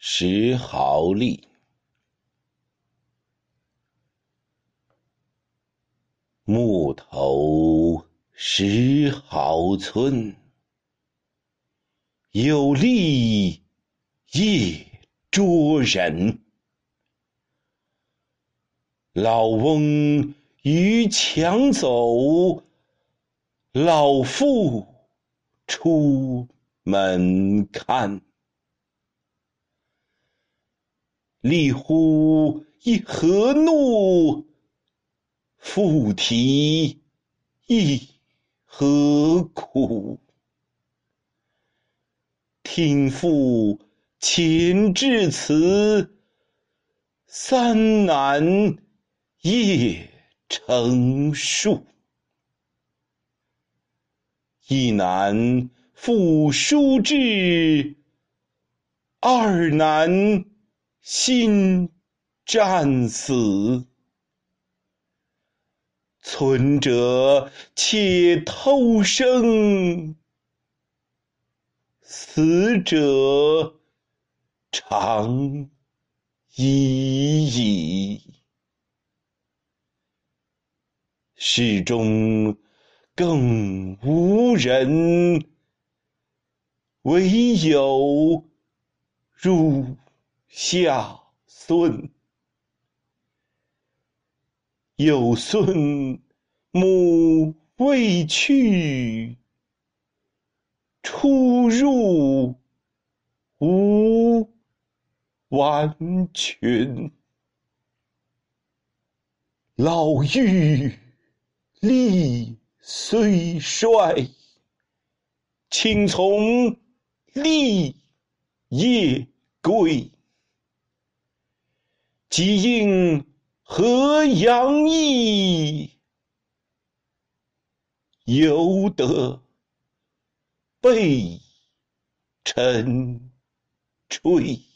石壕吏。木头石壕村，有力夜捉人。老翁逾墙走，老妇出门看。吏呼一何怒，妇啼一何苦。听妇前致辞，三男夜成数。一男负书至，二男心战死。存者且偷生，死者长已矣。室中更无人，惟有乳下孙。有孙母未去，出入无完裙。老妪力虽衰，请从吏夜归。即应河阳役，犹得被臣吹。